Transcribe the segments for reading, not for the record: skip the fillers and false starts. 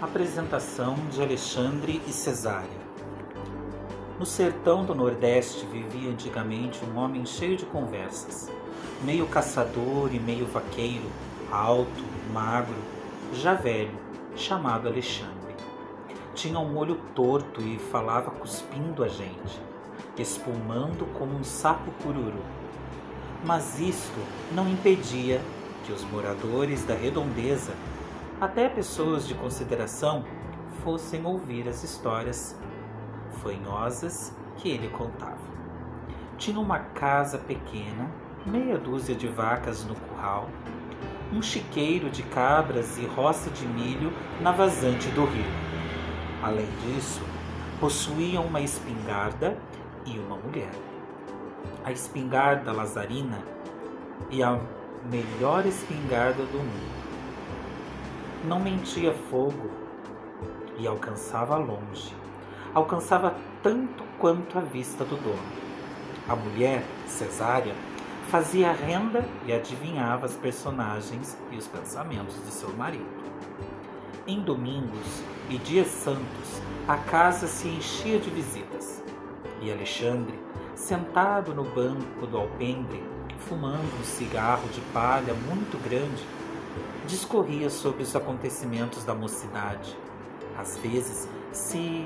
Apresentação de Alexandre e Cesária. No sertão do Nordeste vivia antigamente um homem cheio de conversas, meio caçador e meio vaqueiro, alto, magro, já velho, chamado Alexandre. Tinha um olho torto e falava cuspindo a gente, espumando como um sapo cururu. Mas isto não impedia que os moradores da redondeza, até pessoas de consideração, fossem ouvir as histórias fanhosas que ele contava. Tinha uma casa pequena, meia dúzia de vacas no curral, um chiqueiro de cabras e roça de milho na vazante do rio. Além disso, possuía uma espingarda e uma mulher. A espingarda lazarina e a melhor espingarda do mundo. Não mentia fogo e alcançava longe. Alcançava tanto quanto a vista do dono. A mulher, Cesária, fazia renda e adivinhava as personagens e os pensamentos de seu marido. Em domingos e dias santos, a casa se enchia de visitas. E Alexandre, sentado no banco do alpendre, fumando um cigarro de palha muito grande, discorria sobre os acontecimentos da mocidade. Às vezes se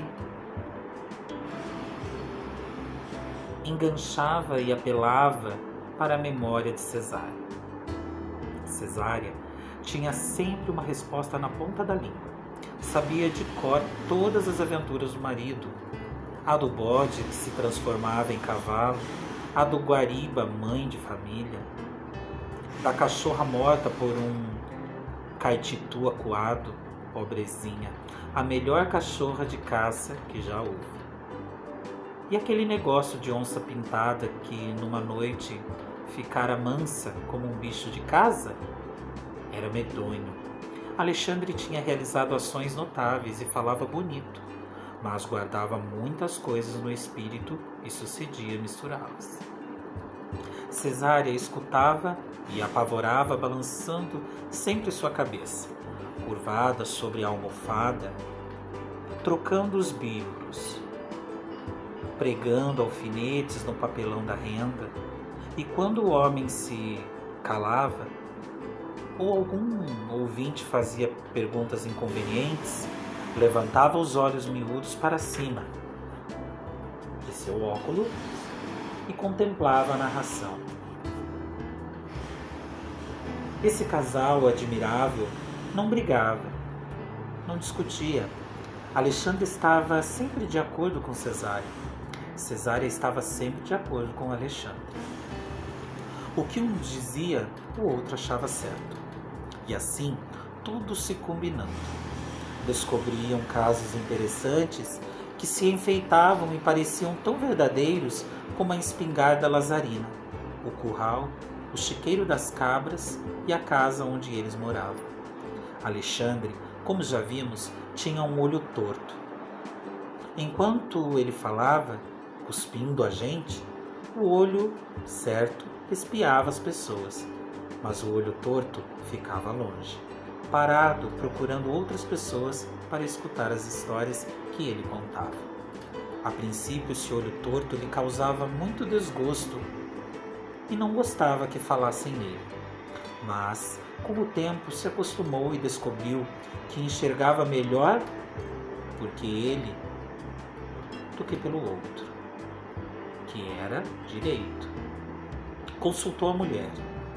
enganchava e apelava para a memória de Cesária. Cesária tinha sempre uma resposta na ponta da língua. Sabia de cor todas as aventuras do marido. A do bode que se transformava em cavalo, a do guariba, mãe de família, da cachorra morta por um caititu acuado, pobrezinha, a melhor cachorra de caça que já houve. E aquele negócio de onça pintada que numa noite ficara mansa como um bicho de casa? Era medonho. Alexandre tinha realizado ações notáveis e falava bonito, mas guardava muitas coisas no espírito e sucedia misturá-las. Cesária escutava e apavorava, balançando sempre sua cabeça, curvada sobre a almofada, trocando os bicos, pregando alfinetes no papelão da renda, e quando o homem se calava, ou algum ouvinte fazia perguntas inconvenientes, levantava os olhos miúdos para cima de seu óculo e contemplava a narração. Esse casal admirável não brigava, não discutia. Alexandre estava sempre de acordo com Cesária. Cesária estava sempre de acordo com Alexandre. O que um dizia, o outro achava certo. E assim, tudo se combinando. Descobriam casos interessantes que se enfeitavam e pareciam tão verdadeiros como a espingarda lazarina, o curral, o chiqueiro das cabras e a casa onde eles moravam. Alexandre, como já vimos, tinha um olho torto. Enquanto ele falava, cuspindo a gente, o olho certo espiava as pessoas, mas o olho torto ficava longe, parado procurando outras pessoas para escutar as histórias que ele contava. A princípio, esse olho torto lhe causava muito desgosto e não gostava que falassem nele. Mas, com o tempo, se acostumou e descobriu que enxergava melhor porque ele do que pelo outro, que era direito. Consultou a mulher.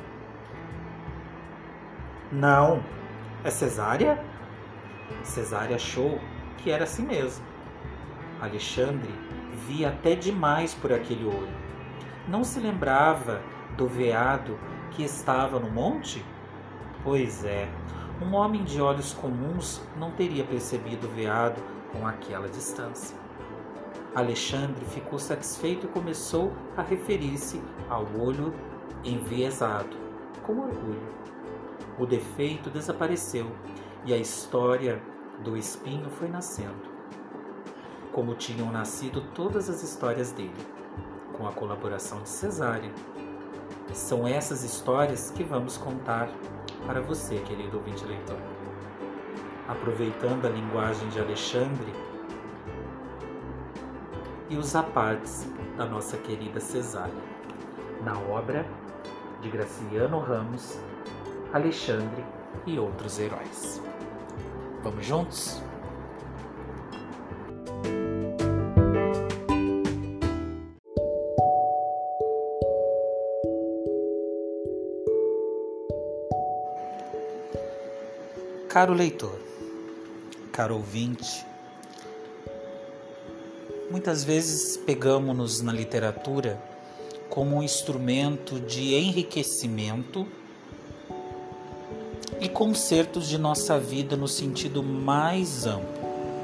Não, é Cesária? Cesária achou que era assim mesmo. Alexandre via até demais por aquele olho. Não se lembrava do veado que estava no monte? Pois é, um homem de olhos comuns não teria percebido o veado com aquela distância. Alexandre ficou satisfeito e começou a referir-se ao olho enviesado, com orgulho. O defeito desapareceu e a história do espinho foi nascendo, como tinham nascido todas as histórias dele, com a colaboração de Cesária. São essas histórias que vamos contar para você, querido ouvinte leitor. aproveitando a linguagem de Alexandre, e os apartes da nossa querida Cesária, na obra de Graciliano Ramos, Alexandre e Outros Heróis. Vamos juntos? Caro leitor, caro ouvinte, muitas vezes pegamos-nos na literatura como um instrumento de enriquecimento e concertos de nossa vida no sentido mais amplo.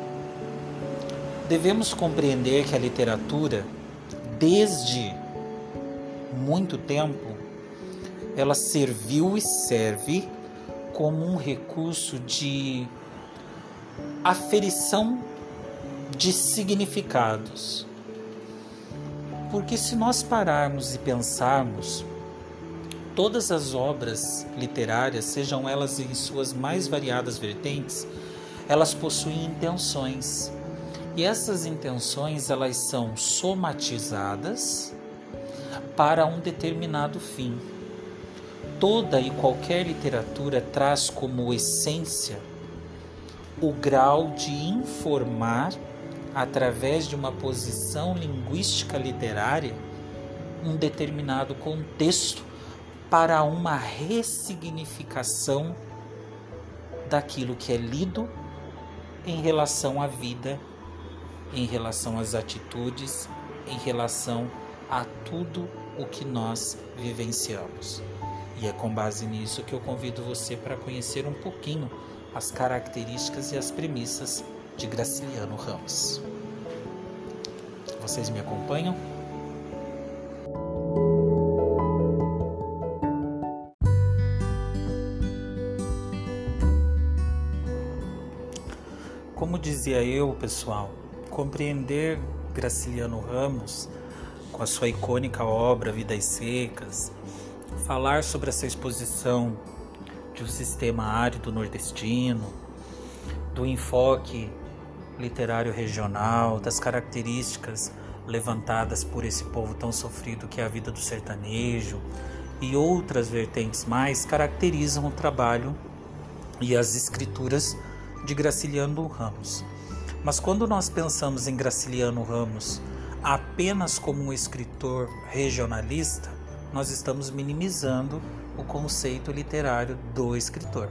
Devemos compreender que a literatura, desde muito tempo, ela serviu e serve como um recurso de aferição de significados. Porque se nós pararmos e pensarmos, todas as obras literárias, sejam elas em suas mais variadas vertentes, elas possuem intenções. E essas intenções, elas são somatizadas para um determinado fim. Toda e qualquer literatura traz como essência o grau de informar, através de uma posição linguística literária, um determinado contexto para uma ressignificação daquilo que é lido em relação à vida, em relação às atitudes, em relação a tudo o que nós vivenciamos. E é com base nisso que eu convido você para conhecer um pouquinho as características e as premissas de Graciliano Ramos. Vocês me acompanham? Como dizia eu, pessoal, compreender Graciliano Ramos com a sua icônica obra Vidas Secas, falar sobre essa exposição de um sistema árido nordestino, do enfoque literário regional, das características levantadas por esse povo tão sofrido que é a vida do sertanejo e outras vertentes mais, caracterizam o trabalho e as escrituras de Graciliano Ramos. Mas quando nós pensamos em Graciliano Ramos apenas como um escritor regionalista, nós estamos minimizando o conceito literário do escritor.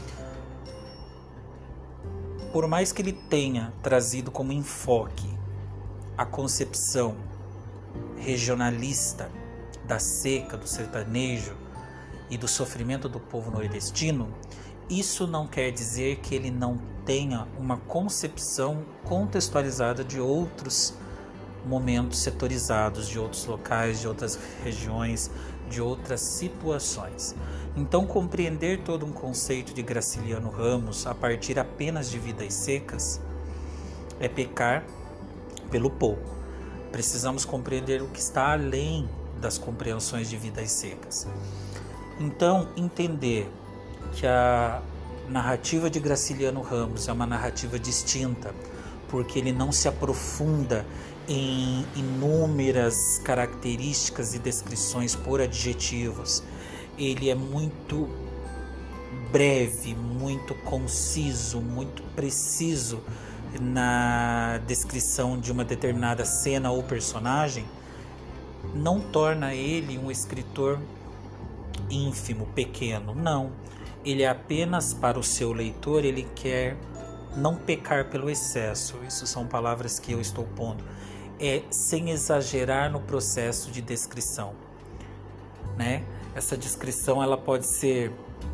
Por mais que ele tenha trazido como enfoque a concepção regionalista da seca, do sertanejo e do sofrimento do povo nordestino, isso não quer dizer que ele não tenha uma concepção contextualizada de outros momentos setorizados, de outros locais, de outras regiões, de outras situações. Então, compreender todo um conceito de Graciliano Ramos a partir apenas de Vidas Secas é pecar pelo pouco. Precisamos compreender o que está além das compreensões de Vidas Secas. Então, entender que a narrativa de Graciliano Ramos é uma narrativa distinta, porque ele não se aprofunda em inúmeras características e descrições por adjetivos. Ele é muito breve, muito conciso, muito preciso na descrição de uma determinada cena ou personagem. Não torna ele um escritor ínfimo, pequeno, não. Ele é apenas para o seu leitor, ele quer não pecar pelo excesso. Isso são palavras que eu estou pondo. É sem exagerar no processo de descrição, né? Essa descrição ela pode ser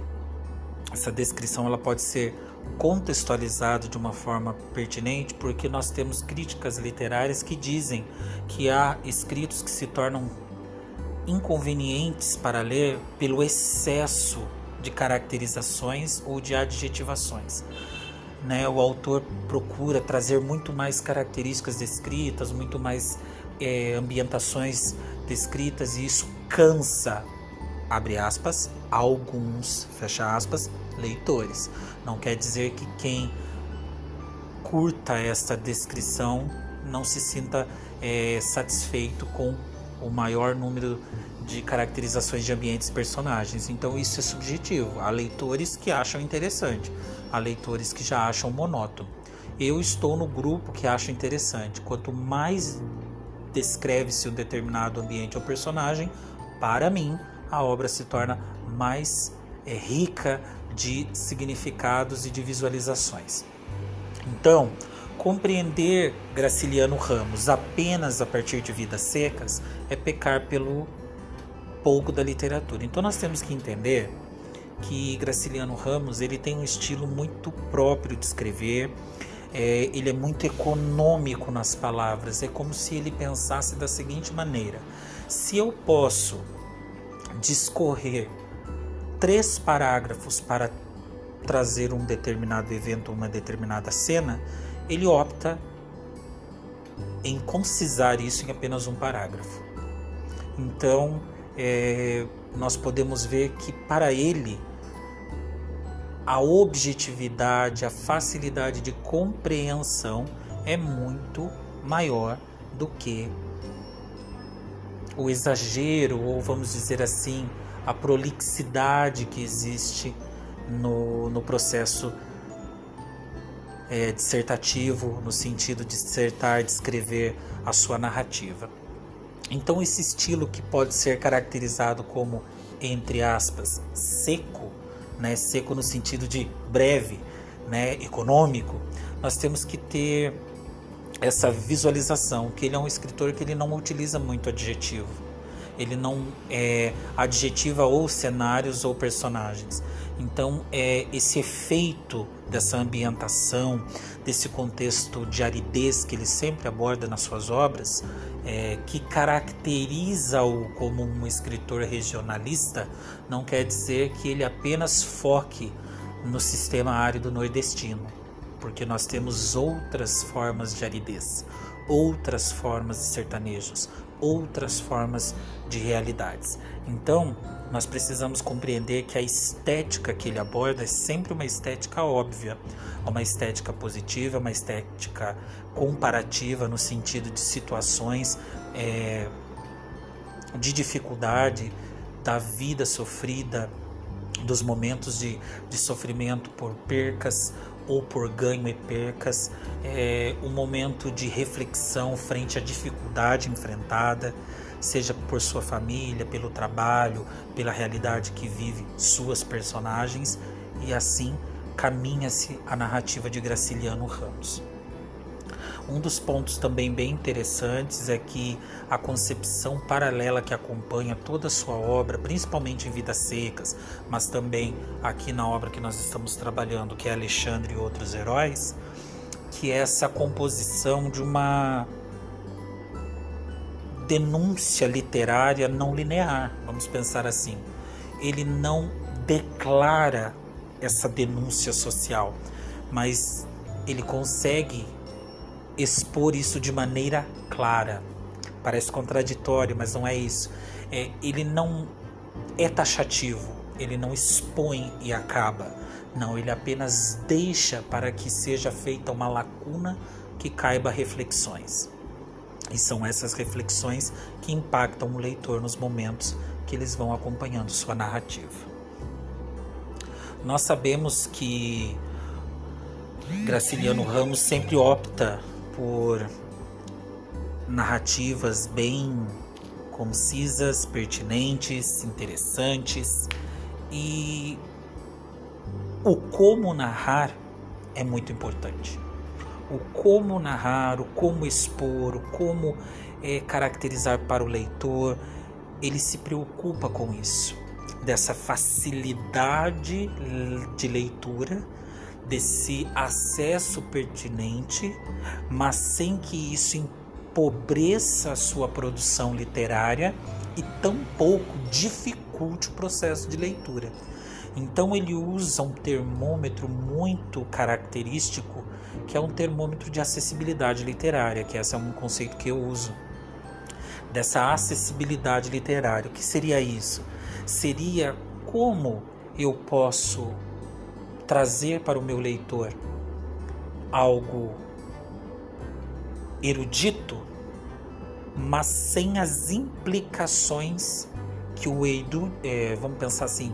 contextualizada de uma forma pertinente, porque nós temos críticas literárias que dizem que há escritos que se tornam inconvenientes para ler pelo excesso de caracterizações ou de adjetivações. Né, o autor procura trazer muito mais características descritas, muito mais ambientações descritas, e isso cansa, abre aspas, alguns, fecha aspas, leitores. Não quer dizer que quem curta esta descrição não se sinta satisfeito com o maior número de caracterizações de ambientes e personagens. Então isso é subjetivo. Há leitores que acham interessante, há leitores que já acham monótono. Eu estou no grupo que acha interessante. Quanto mais descreve-se um determinado ambiente ou personagem, para mim a obra se torna mais rica de significados e de visualizações. Então, compreender Graciliano Ramos apenas a partir de Vidas Secas é pecar pelo pouco da literatura. Então nós temos que entender que Graciliano Ramos ele tem um estilo muito próprio de escrever, ele é muito econômico nas palavras, é como se ele pensasse da seguinte maneira: se eu posso discorrer 3 parágrafos para trazer um determinado evento, uma determinada cena, ele opta em concisar isso em apenas um parágrafo. Então, nós podemos ver que para ele a objetividade, a facilidade de compreensão é muito maior do que o exagero, ou vamos dizer assim, a prolixidade que existe no processo dissertativo, no sentido de dissertar, de escrever a sua narrativa. Então esse estilo que pode ser caracterizado como, entre aspas, seco, né, seco no sentido de breve, né, econômico, nós temos que ter essa visualização, que ele é um escritor que ele não utiliza muito adjetivo. Ele não adjetiva ou cenários ou personagens. Então, esse efeito dessa ambientação, desse contexto de aridez que ele sempre aborda nas suas obras, que caracteriza-o como um escritor regionalista, não quer dizer que ele apenas foque no sistema árido nordestino, porque nós temos outras formas de aridez, outras formas de sertanejos, outras formas de realidades. Então, nós precisamos compreender que a estética que ele aborda é sempre uma estética óbvia, uma estética positiva, uma estética comparativa no sentido de situações de dificuldade, da vida sofrida, dos momentos de sofrimento por percas ou por ganho e percas, um momento de reflexão frente à dificuldade enfrentada, seja por sua família, pelo trabalho, pela realidade que vive suas personagens, e assim caminha-se a narrativa de Graciliano Ramos. Um dos pontos também bem interessantes é que a concepção paralela que acompanha toda a sua obra, principalmente em Vidas Secas, mas também aqui na obra que nós estamos trabalhando, que é Alexandre e Outros Heróis, que é essa composição de uma denúncia literária não linear, vamos pensar assim. Ele não declara essa denúncia social, mas ele consegue expor isso de maneira clara. Parece contraditório, mas não é isso. Ele não é taxativo, ele não expõe e acaba. Não, ele apenas deixa para que seja feita uma lacuna que caiba reflexões. E são essas reflexões que impactam o leitor nos momentos que eles vão acompanhando sua narrativa. Nós sabemos que Graciliano Ramos sempre opta por narrativas bem concisas, pertinentes, interessantes, e o como narrar é muito importante. O como narrar, o como expor, o como caracterizar para o leitor, ele se preocupa com isso, dessa facilidade de leitura, desse acesso pertinente, mas sem que isso empobreça a sua produção literária e tampouco dificulte o processo de leitura. Então ele usa um termômetro muito característico, que é um termômetro de acessibilidade literária, que esse é um conceito que eu uso, dessa acessibilidade literária. O que seria isso? Seria como eu posso trazer para o meu leitor algo erudito, mas sem as implicações que o vamos pensar assim,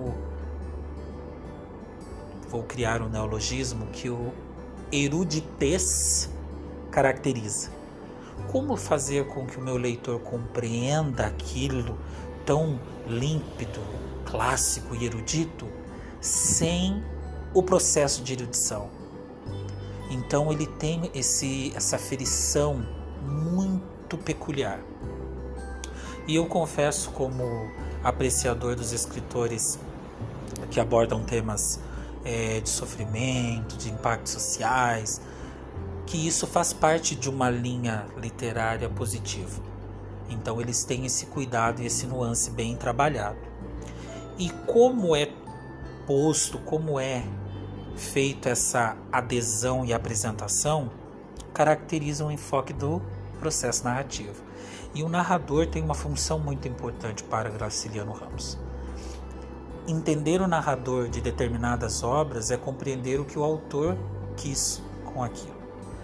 vou criar um neologismo, que o eruditez caracteriza. Como fazer com que o meu leitor compreenda aquilo tão límpido, clássico e erudito, sem o processo de erudição? Então ele tem essa aferição muito peculiar. E eu confesso, como apreciador dos escritores que abordam temas de sofrimento, de impactos sociais, que isso faz parte de uma linha literária positiva. Então eles têm esse cuidado e esse nuance bem trabalhado. E como é posto, como é feito essa adesão e apresentação, caracteriza o enfoque do processo narrativo. E o narrador tem uma função muito importante para Graciliano Ramos. Entender o narrador de determinadas obras é compreender o que o autor quis com aquilo.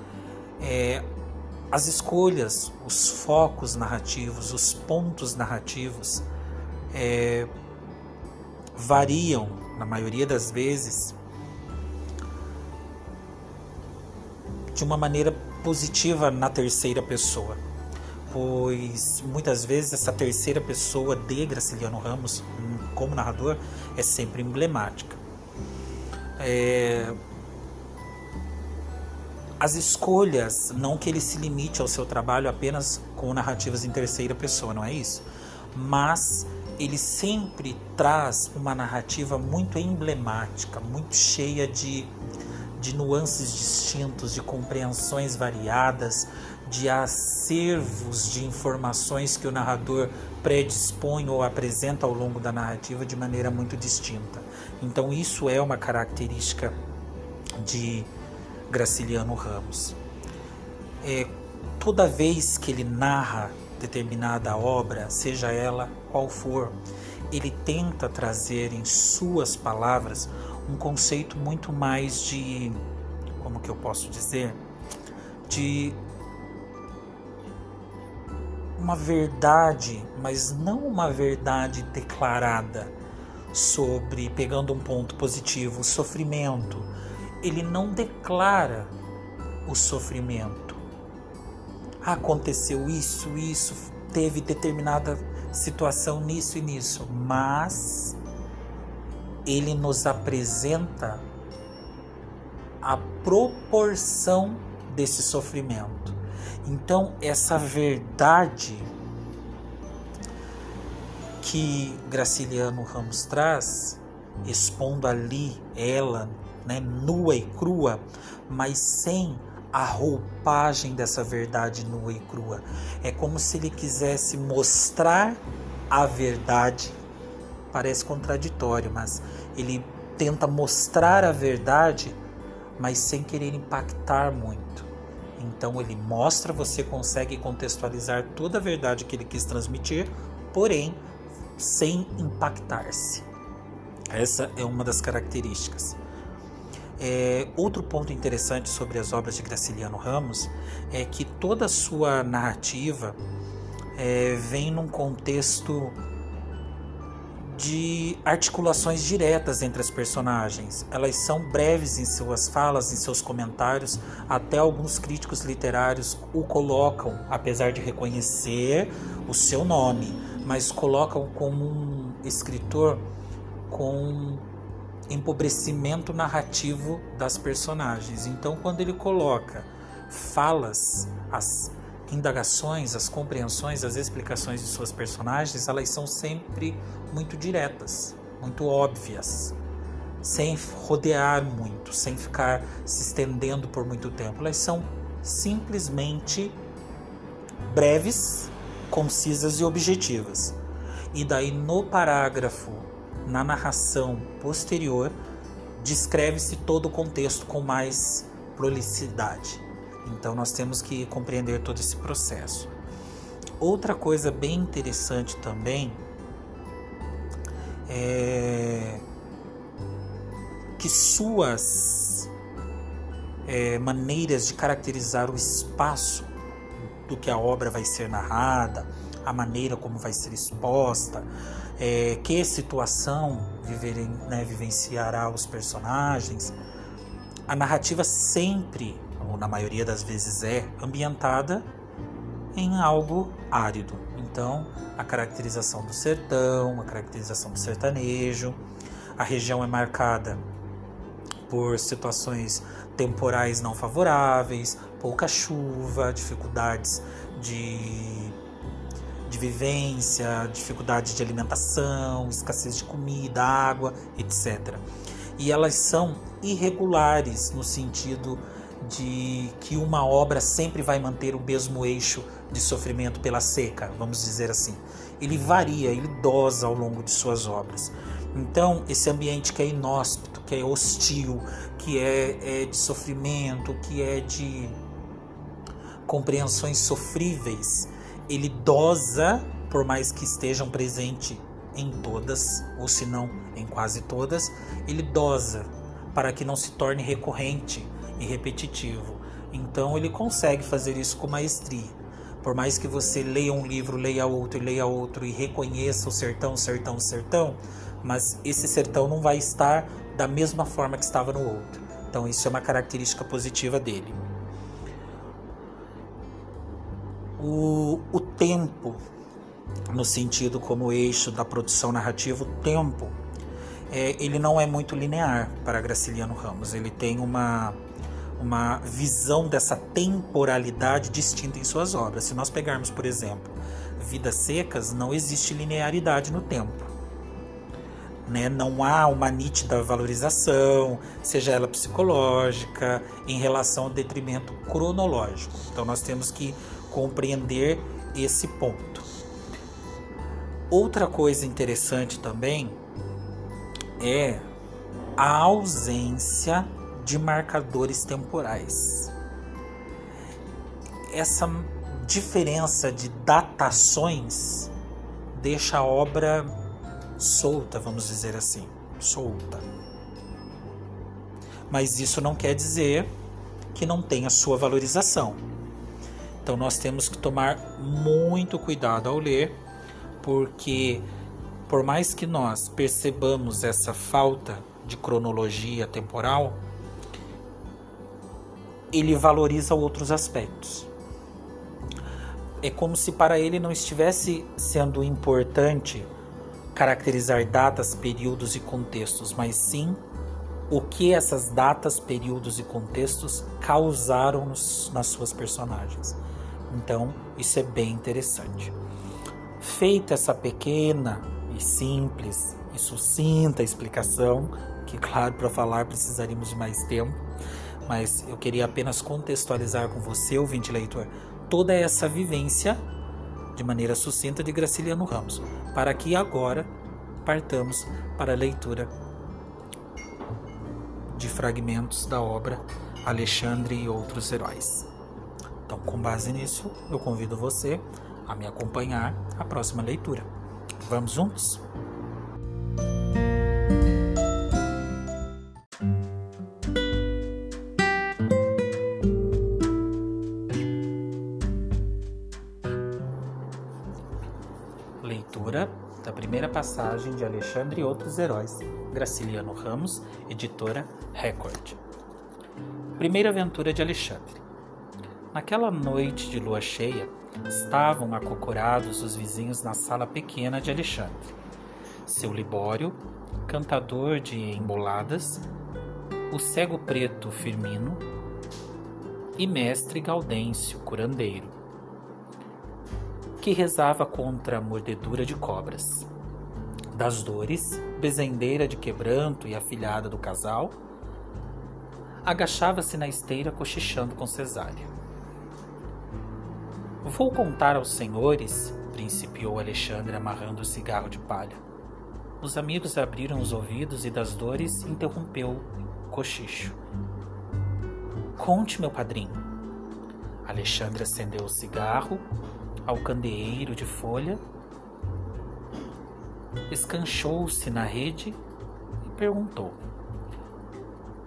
As escolhas, os focos narrativos, os pontos narrativos variam, na maioria das vezes, de uma maneira positiva na terceira pessoa, pois muitas vezes essa terceira pessoa de Graciliano Ramos como narrador é sempre emblemática. As escolhas, não que ele se limite ao seu trabalho apenas com narrativas em terceira pessoa, não é isso, mas ele sempre traz uma narrativa muito emblemática, muito cheia de nuances distintos, de compreensões variadas, de acervos de informações que o narrador predispõe ou apresenta ao longo da narrativa de maneira muito distinta. Então isso é uma característica de Graciliano Ramos. Toda vez que ele narra determinada obra, seja ela qual for, ele tenta trazer em suas palavras um conceito muito mais de, como que eu posso dizer, de uma verdade, mas não uma verdade declarada sobre, pegando um ponto positivo, o sofrimento. Ele não declara o sofrimento. Aconteceu isso, teve determinada situação nisso e nisso, mas ele nos apresenta a proporção desse sofrimento. Então, essa verdade que Graciliano Ramos traz, expondo ali ela, nua e crua, mas sem a roupagem dessa verdade nua e crua. É como se ele quisesse mostrar a verdade. Parece contraditório, mas ele tenta mostrar a verdade, mas sem querer impactar muito. Então ele mostra, você consegue contextualizar toda a verdade que ele quis transmitir, porém sem impactar-se. Essa é uma das características. Outro ponto interessante sobre as obras de Graciliano Ramos é que toda a sua narrativa vem num contexto de articulações diretas entre as personagens. Elas são breves em suas falas, em seus comentários. Até alguns críticos literários o colocam, apesar de reconhecer o seu nome, mas colocam como um escritor com empobrecimento narrativo das personagens. Então, quando ele coloca falas, as indagações, as compreensões, as explicações de suas personagens, elas são sempre muito diretas, muito óbvias, sem rodear muito, sem ficar se estendendo por muito tempo. Elas são simplesmente breves, concisas e objetivas. E daí no parágrafo, na narração posterior, descreve-se todo o contexto com mais prolicidade. Então nós temos que compreender todo esse processo. Outra coisa bem interessante também é que suas maneiras de caracterizar o espaço do que a obra vai ser narrada, a maneira como vai ser exposta, que situação vivenciará os personagens. A narrativa sempre, ou na maioria das vezes ambientada em algo árido. Então, a caracterização do sertão, a caracterização do sertanejo, a região é marcada por situações temporais não favoráveis, pouca chuva, dificuldades de vivência, dificuldade de alimentação, escassez de comida, água, etc. E elas são irregulares no sentido de que uma obra sempre vai manter o mesmo eixo de sofrimento pela seca, vamos dizer assim. Ele varia, ele dosa ao longo de suas obras. Então, esse ambiente que é inóspito, que é hostil, que é de sofrimento, que é de compreensões sofríveis, ele dosa, por mais que estejam presentes em todas, ou se não em quase todas, ele dosa para que não se torne recorrente e repetitivo. Então ele consegue fazer isso com maestria. Por mais que você leia um livro, leia outro e reconheça o sertão, mas esse sertão não vai estar da mesma forma que estava no outro. Então isso é uma característica positiva dele. O tempo, no sentido como eixo da produção narrativa, o tempo, ele não é muito linear para Graciliano Ramos. Ele tem uma visão dessa temporalidade distinta em suas obras. Se nós pegarmos, por exemplo, Vidas Secas, não existe linearidade no tempo. Não há uma nítida valorização, seja ela psicológica, em relação ao detrimento cronológico. Então nós temos que compreender esse ponto. Outra coisa interessante também é a ausência de marcadores temporais. Essa diferença de datações deixa a obra solta, vamos dizer assim, solta. Mas isso não quer dizer que não tenha sua valorização. Então nós temos que tomar muito cuidado ao ler, porque por mais que nós percebamos essa falta de cronologia temporal, ele valoriza outros aspectos. É como se para ele não estivesse sendo importante caracterizar datas, períodos e contextos, mas sim o que essas datas, períodos e contextos causaram nas suas personagens. Então, isso é bem interessante. Feita essa pequena e simples e sucinta explicação, que claro, para falar precisaríamos de mais tempo, mas eu queria apenas contextualizar com você, ouvinte leitor, toda essa vivência de maneira sucinta de Graciliano Ramos, para que agora partamos para a leitura de fragmentos da obra Alexandre e Outros Heróis. Então, com base nisso, eu convido você a me acompanhar à próxima leitura. Vamos juntos? Leitura da primeira passagem de Alexandre e Outros Heróis, Graciliano Ramos, editora Record. Primeira aventura de Alexandre. Naquela noite de lua cheia, estavam acocorados os vizinhos na sala pequena de Alexandre. Seu Libório, cantador de emboladas, o cego preto Firmino e mestre Gaudêncio, curandeiro, que rezava contra a mordedura de cobras. Das dores, bezendeira de quebranto e afilhada do casal, agachava-se na esteira cochichando com Cesária. Vou contar aos senhores, principiou Alexandre amarrando o cigarro de palha. Os amigos abriram os ouvidos e das dores interrompeu o cochicho. Conte, meu padrinho. Alexandre acendeu o cigarro ao candeeiro de folha, escanchou-se na rede e perguntou: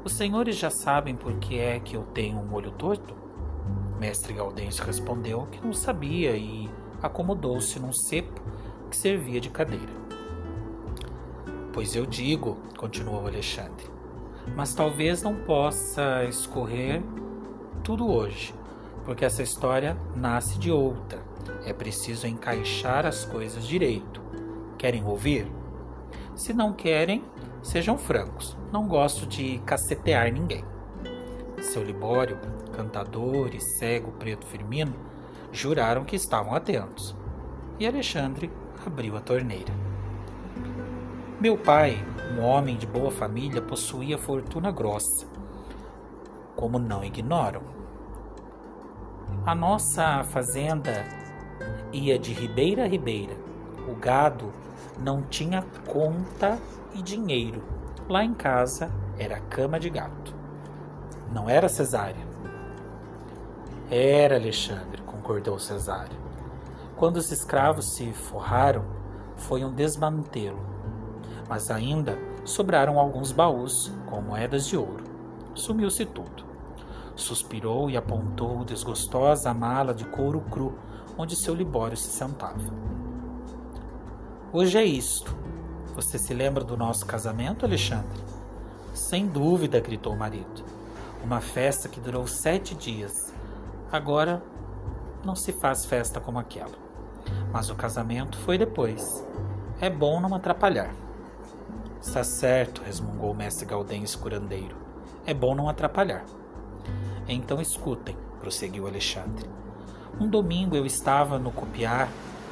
Os senhores já sabem por que é que eu tenho um olho torto? Mestre Gaudêncio respondeu que não sabia e acomodou-se num cepo que servia de cadeira. Pois eu digo, continuou Alexandre, mas talvez não possa escorrer tudo hoje, porque essa história nasce de outra. É preciso encaixar as coisas direito. Querem ouvir? Se não querem, sejam francos. Não gosto de cacetear ninguém. Seu Libório, cantador e cego preto Firmino juraram que estavam atentos. E Alexandre abriu a torneira. Meu pai, um homem de boa família, possuía fortuna grossa, como não ignoram. A nossa fazenda ia de ribeira a ribeira. O gado não tinha conta e dinheiro. Lá em casa era cama de gato. Não era, Cesária? Era, Alexandre, concordou Cesária. Quando os escravos se forraram, foi um desmantelo. Mas ainda sobraram alguns baús com moedas de ouro. Sumiu-se tudo. Suspirou e apontou desgostosa a mala de couro cru onde seu Libório se sentava. Hoje é isto. Você se lembra do nosso casamento, Alexandre? Sem dúvida, gritou o marido. Uma festa que durou 7 dias. Agora não se faz festa como aquela. Mas o casamento foi depois. É bom não atrapalhar. Está certo, resmungou o mestre Gaudêncio curandeiro. É bom não atrapalhar. Então escutem, prosseguiu Alexandre. Um domingo eu estava no copiar,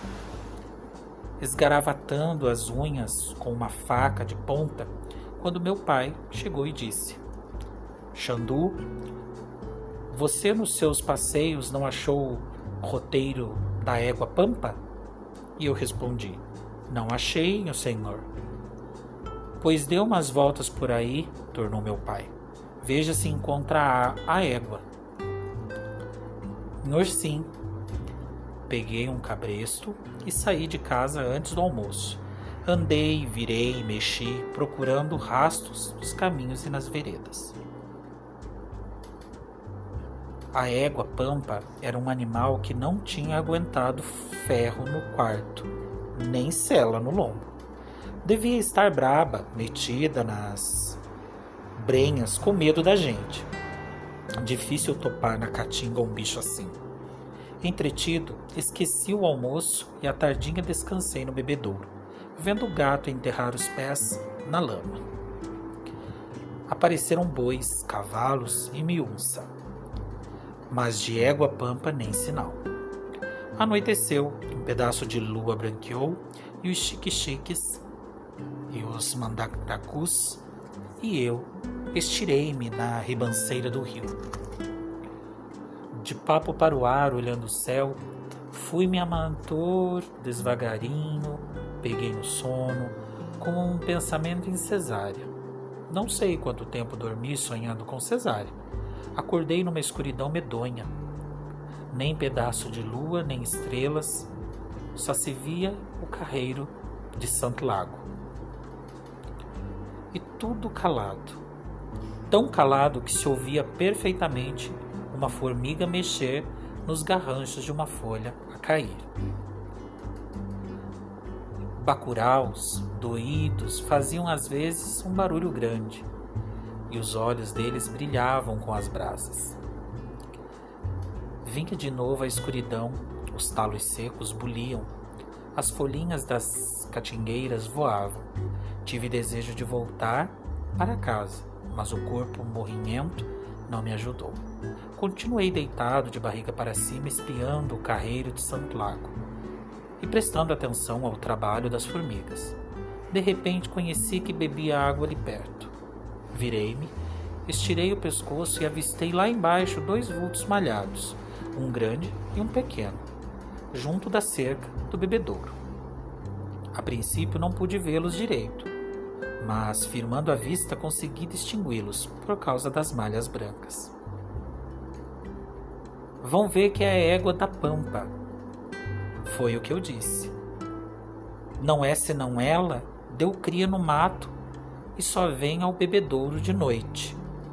esgaravatando as unhas com uma faca de ponta, quando meu pai chegou e disse: Xandu, você nos seus passeios não achou o roteiro da égua Pampa? E eu respondi: não achei, meu senhor. Pois dê umas voltas por aí, tornou meu pai. Veja se encontra a égua. Senhor, sim. Peguei um cabresto e saí de casa antes do almoço. Andei, virei, mexi, procurando rastros nos caminhos e nas veredas. A égua Pampa era um animal que não tinha aguentado ferro no quarto, nem sela no lombo. Devia estar braba, metida nas brenhas, com medo da gente. Difícil topar na caatinga um bicho assim. Entretido, esqueci o almoço e à tardinha descansei no bebedouro, vendo o gato enterrar os pés na lama. Apareceram bois, cavalos e miúça, mas de égua Pampa nem sinal. Anoiteceu, um pedaço de lua branqueou e os chique-chiques e os mandaracus e eu estirei-me na ribanceira do rio. De papo para o ar, olhando o céu, fui-me amantor devagarinho, peguei no sono, com um pensamento em Cesária. Não sei quanto tempo dormi sonhando com Cesária. Acordei numa escuridão medonha. Nem pedaço de lua, nem estrelas, só se via o carreiro de Santo Lago. E tudo calado. Tão calado que se ouvia perfeitamente uma formiga mexer nos garranchos de uma folha a cair. Bacuraus, doídos, faziam às vezes um barulho grande, e os olhos deles brilhavam com as brasas. Vinha de novo a escuridão, os talos secos buliam, as folhinhas das catingueiras voavam. Tive desejo de voltar para casa, mas o corpo morrinhento não me ajudou. Continuei deitado de barriga para cima, espiando o carreiro de Santo Lago e prestando atenção ao trabalho das formigas. De repente conheci que bebia água ali perto. Virei-me, estirei o pescoço e avistei lá embaixo 2 vultos malhados, um grande e um pequeno, junto da cerca do bebedouro. A princípio não pude vê-los direito, mas firmando a vista consegui distingui-los por causa das malhas brancas. Vão ver que é a égua da Pampa, foi o que eu disse. Não é senão ela, deu cria no mato e só vem ao bebedouro de noite.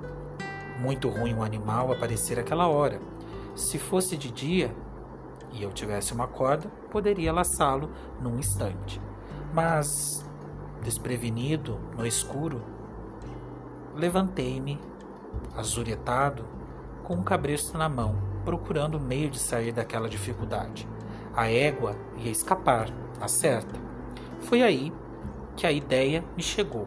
Muito ruim o animal aparecer àquela hora. Se fosse de dia e eu tivesse uma corda, poderia laçá-lo num instante. Mas, desprevenido, no escuro, levantei-me, azuretado, com um cabresto na mão, procurando o meio de sair daquela dificuldade. A égua ia escapar, na certa. Foi aí que a ideia me chegou.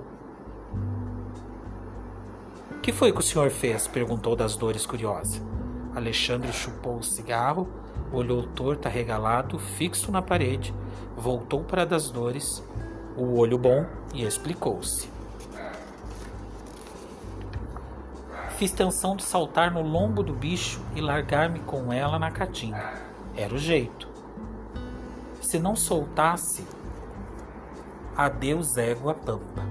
"O que foi que o senhor fez?" perguntou das Dores curiosa. Alexandre chupou o cigarro, olhou torto arregalado, fixo na parede, voltou para das Dores, o olho bom, e explicou-se. Fiz tensão de saltar no lombo do bicho e largar-me com ela na caatinga. Era o jeito. Se não soltasse, adeus égua pampa.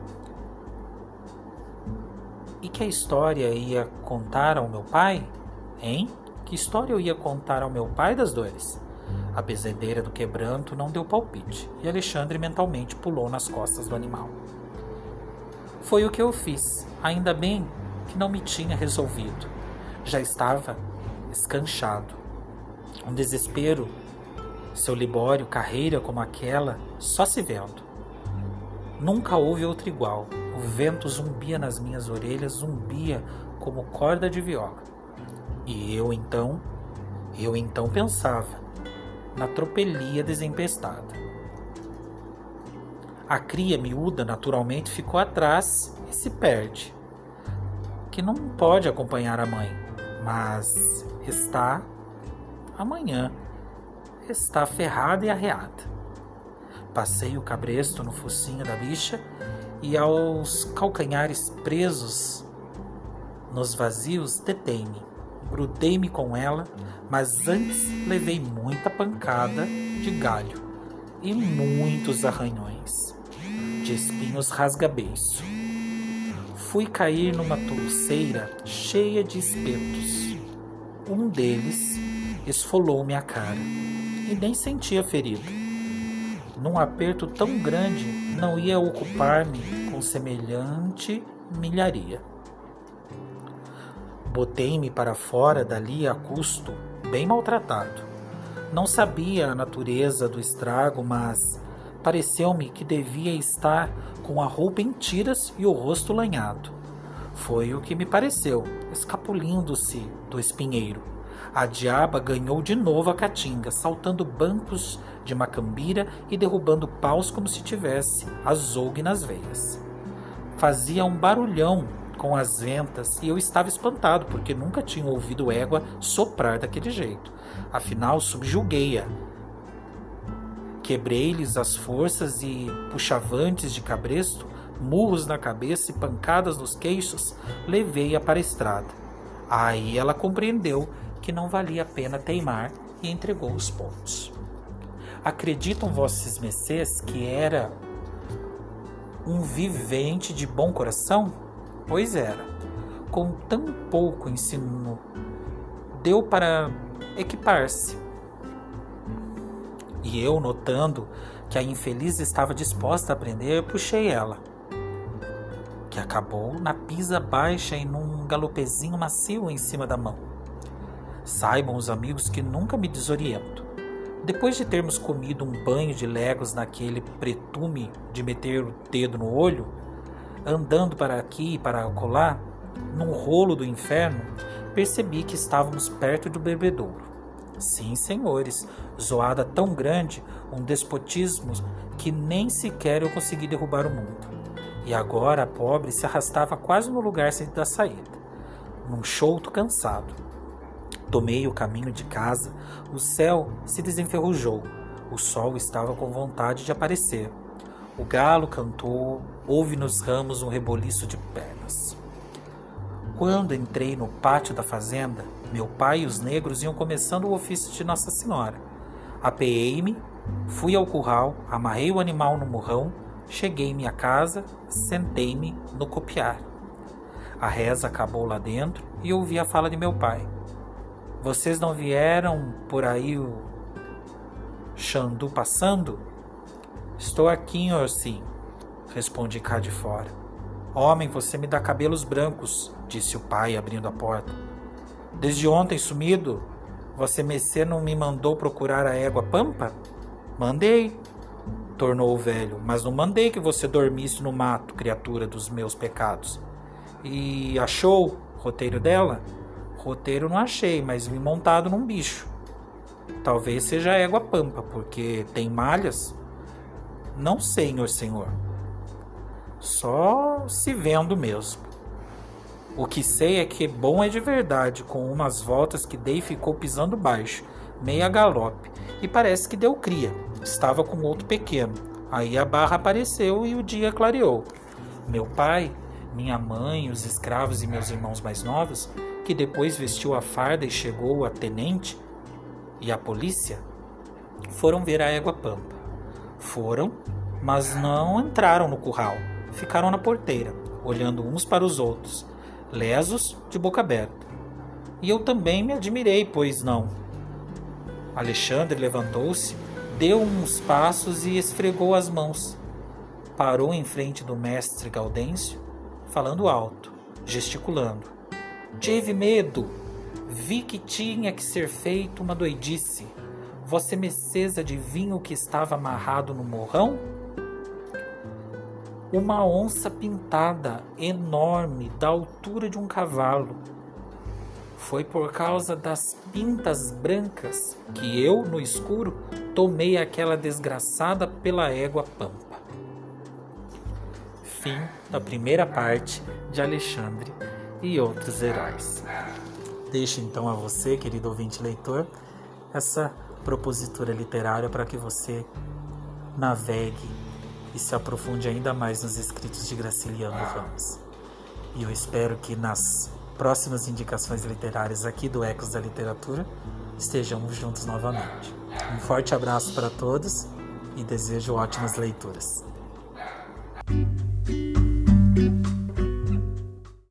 E que a história ia contar ao meu pai? Hein? Que história eu ia contar ao meu pai das Dores? A bezendeira do quebranto não deu palpite, e Alexandre mentalmente pulou nas costas do animal. Foi o que eu fiz, ainda bem que não me tinha resolvido. Já estava escanchado. Um desespero, seu libório, carreira como aquela, só se vendo. Nunca houve outra igual. O vento zumbia nas minhas orelhas, zumbia como corda de viola. E eu então pensava na tropelia desempestada. A cria miúda naturalmente ficou atrás e se perde, que não pode acompanhar a mãe, mas amanhã está ferrada e arreada. Passei o cabresto no focinho da bicha e aos calcanhares presos nos vazios detei-me. Grudei-me com ela, mas antes levei muita pancada de galho e muitos arranhões de espinhos rasga-beiço. Fui cair numa touceira cheia de espetos. Um deles esfolou-me a cara e nem senti a ferida. Num aperto tão grande, não ia ocupar-me com semelhante milharia. Botei-me para fora dali a custo, bem maltratado. Não sabia a natureza do estrago, mas pareceu-me que devia estar com a roupa em tiras e o rosto lanhado. Foi o que me pareceu, escapulindo-se do espinheiro. A diaba ganhou de novo a caatinga, saltando bancos de macambira e derrubando paus como se tivesse azougue nas veias. Fazia um barulhão com as ventas e eu estava espantado, porque nunca tinha ouvido égua soprar daquele jeito. Afinal, subjuguei-a. Quebrei-lhes as forças e, puxavantes de cabresto, murros na cabeça e pancadas nos queixos, levei-a para a estrada. Aí ela compreendeu que não valia a pena teimar e entregou os pontos. Acreditam vossos mercês que era um vivente de bom coração? Pois era. Com tão pouco ensino, deu para equipar-se. E eu, notando que a infeliz estava disposta a aprender, puxei ela, que acabou na pisa baixa e num galopezinho macio em cima da mão. Saibam os amigos que nunca me desoriento. Depois de termos comido um banho de léguas naquele pretume de meter o dedo no olho, andando para aqui e para acolá, num rolo do inferno, percebi que estávamos perto do bebedouro. Sim, senhores, zoada tão grande, um despotismo que nem sequer eu consegui derrubar o mundo. E agora a pobre se arrastava quase no lugar da saída, num chouto cansado. Tomei o caminho de casa, o céu se desenferrujou, o sol estava com vontade de aparecer. O galo cantou, houve nos ramos um reboliço de pernas. Quando entrei no pátio da fazenda, meu pai e os negros iam começando o ofício de Nossa Senhora. Apeei-me, fui ao curral, amarrei o animal no morrão, cheguei em minha casa, sentei-me no copiar. A reza acabou lá dentro e ouvi a fala de meu pai. Vocês não vieram por aí o Xandu passando? Estou aqui, Orsim, respondi cá de fora. Homem, você me dá cabelos brancos, disse o pai, abrindo a porta. Desde ontem sumido, você mecê não me mandou procurar a égua Pampa? Mandei, tornou o velho, mas não mandei que você dormisse no mato, criatura dos meus pecados. E achou o roteiro dela? Roteiro não achei, mas vi montado num bicho. Talvez seja a égua Pampa, porque tem malhas? Não sei, meu senhor. Só se vendo mesmo. O que sei é que bom é de verdade, com umas voltas que dei ficou pisando baixo, meia galope, e parece que deu cria. Estava com outro pequeno. Aí a barra apareceu e o dia clareou. Meu pai, minha mãe, os escravos e meus irmãos mais novos, que depois vestiu a farda e chegou a tenente, e a polícia, foram ver a égua Pampa. Foram, mas não entraram no curral. Ficaram na porteira, olhando uns para os outros, lesos, de boca aberta. E eu também me admirei, pois não. Alexandre levantou-se, deu uns passos e esfregou as mãos. Parou em frente do mestre Gaudêncio, falando alto, gesticulando. Tive medo. Vi que tinha que ser feito uma doidice. Você mecês adivinha o que estava amarrado no morrão? Uma onça pintada, enorme, da altura de um cavalo. Foi por causa das pintas brancas que eu, no escuro, tomei aquela desgraçada pela égua Pampa. Fim da primeira parte de Alexandre e Outros Heróis. Deixo então a você, querido ouvinte leitor, essa propositura literária para que você navegue e se aprofunde ainda mais nos escritos de Graciliano Ramos. E eu espero que nas próximas indicações literárias aqui do Ecos da Literatura estejamos juntos novamente. Um forte abraço para todos e desejo ótimas leituras.